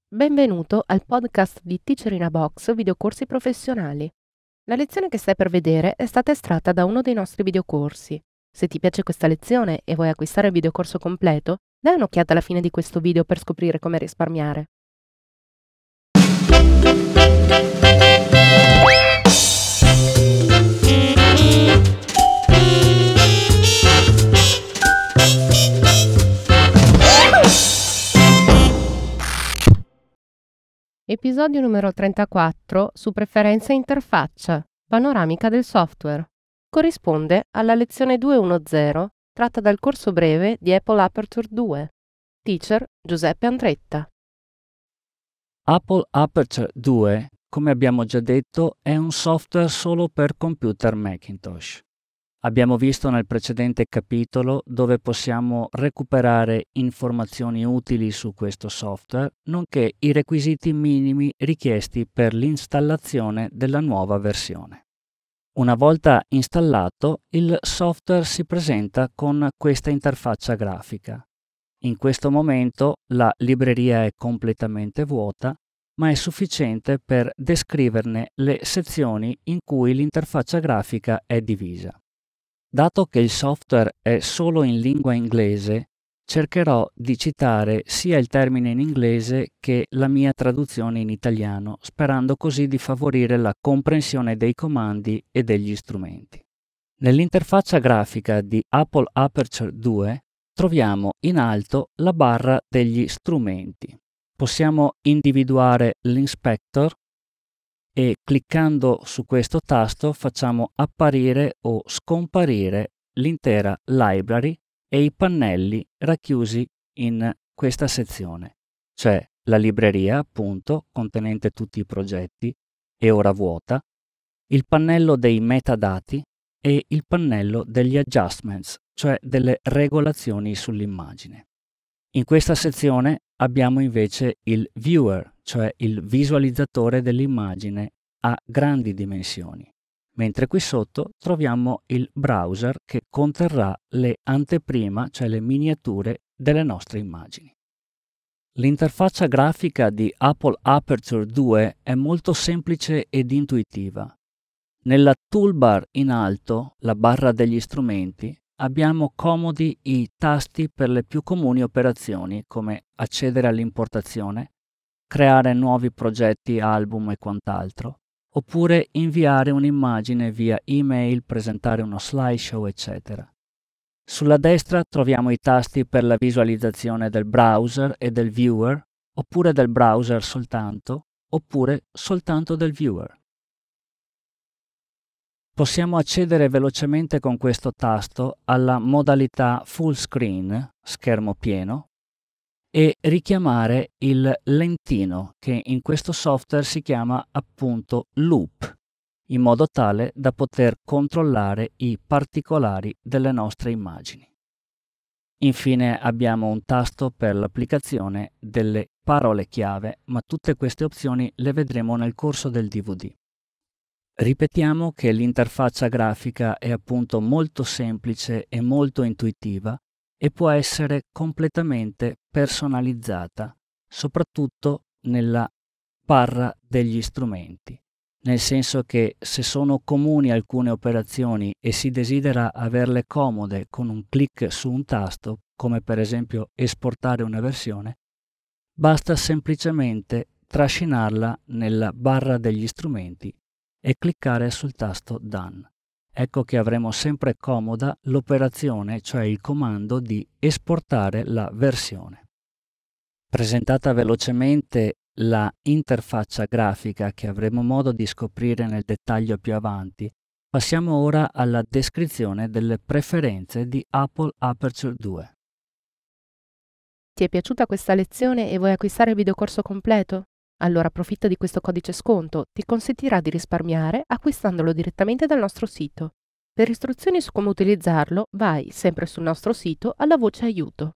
Benvenuto al podcast di Teacher in a Box videocorsi professionali. La lezione che stai per vedere è stata estratta da uno dei nostri videocorsi. Se ti piace questa lezione e vuoi acquistare il videocorso completo, dai un'occhiata alla fine di questo video per scoprire come risparmiare. Episodio numero 34 su preferenza interfaccia, panoramica del software. Corrisponde alla lezione 210 tratta dal corso breve di Apple Aperture 2. Teacher Giuseppe Andretta. Apple Aperture 2, come abbiamo già detto, è un software solo per computer Macintosh. Abbiamo visto nel precedente capitolo dove possiamo recuperare informazioni utili su questo software, nonché i requisiti minimi richiesti per l'installazione della nuova versione. Una volta installato, il software si presenta con questa interfaccia grafica. In questo momento la libreria è completamente vuota, ma è sufficiente per descriverne le sezioni in cui l'interfaccia grafica è divisa. Dato che il software è solo in lingua inglese, cercherò di citare sia il termine in inglese che la mia traduzione in italiano, sperando così di favorire la comprensione dei comandi e degli strumenti. Nell'interfaccia grafica di Apple Aperture 2 troviamo in alto la barra degli strumenti. Possiamo individuare l'inspector e cliccando su questo tasto facciamo apparire o scomparire l'intera library e i pannelli racchiusi in questa sezione, cioè la libreria, appunto, contenente tutti i progetti e ora vuota, il pannello dei metadati e il pannello degli adjustments, cioè delle regolazioni sull'immagine. In questa sezione abbiamo invece il viewer, cioè il visualizzatore dell'immagine a grandi dimensioni, mentre qui sotto troviamo il browser che conterrà le anteprima, cioè le miniature delle nostre immagini. L'interfaccia grafica di Apple Aperture 2 è molto semplice ed intuitiva. Nella toolbar in alto, la barra degli strumenti, abbiamo comodi i tasti per le più comuni operazioni come accedere all'importazione, creare nuovi progetti, album e quant'altro, oppure inviare un'immagine via email, presentare uno slideshow, eccetera. Sulla destra troviamo i tasti per la visualizzazione del browser e del viewer, oppure del browser soltanto, oppure soltanto del viewer. Possiamo accedere velocemente con questo tasto alla modalità full screen, schermo pieno, e richiamare il lentino, che in questo software si chiama appunto loop, in modo tale da poter controllare i particolari delle nostre immagini. Infine abbiamo un tasto per l'applicazione delle parole chiave, ma tutte queste opzioni le vedremo nel corso del DVD. Ripetiamo che l'interfaccia grafica è appunto molto semplice e molto intuitiva e può essere completamente personalizzata, soprattutto nella barra degli strumenti, nel senso che se sono comuni alcune operazioni e si desidera averle comode con un clic su un tasto, come per esempio esportare una versione, basta semplicemente trascinarla nella barra degli strumenti e cliccare sul tasto Done. Ecco che avremo sempre comoda l'operazione, cioè il comando di esportare la versione. Presentata velocemente la interfaccia grafica che avremo modo di scoprire nel dettaglio più avanti, passiamo ora alla descrizione delle preferenze di Apple Aperture 2. Ti è piaciuta questa lezione e vuoi acquistare il videocorso completo? Allora approfitta di questo codice sconto, ti consentirà di risparmiare acquistandolo direttamente dal nostro sito. Per istruzioni su come utilizzarlo, vai sempre sul nostro sito alla voce aiuto.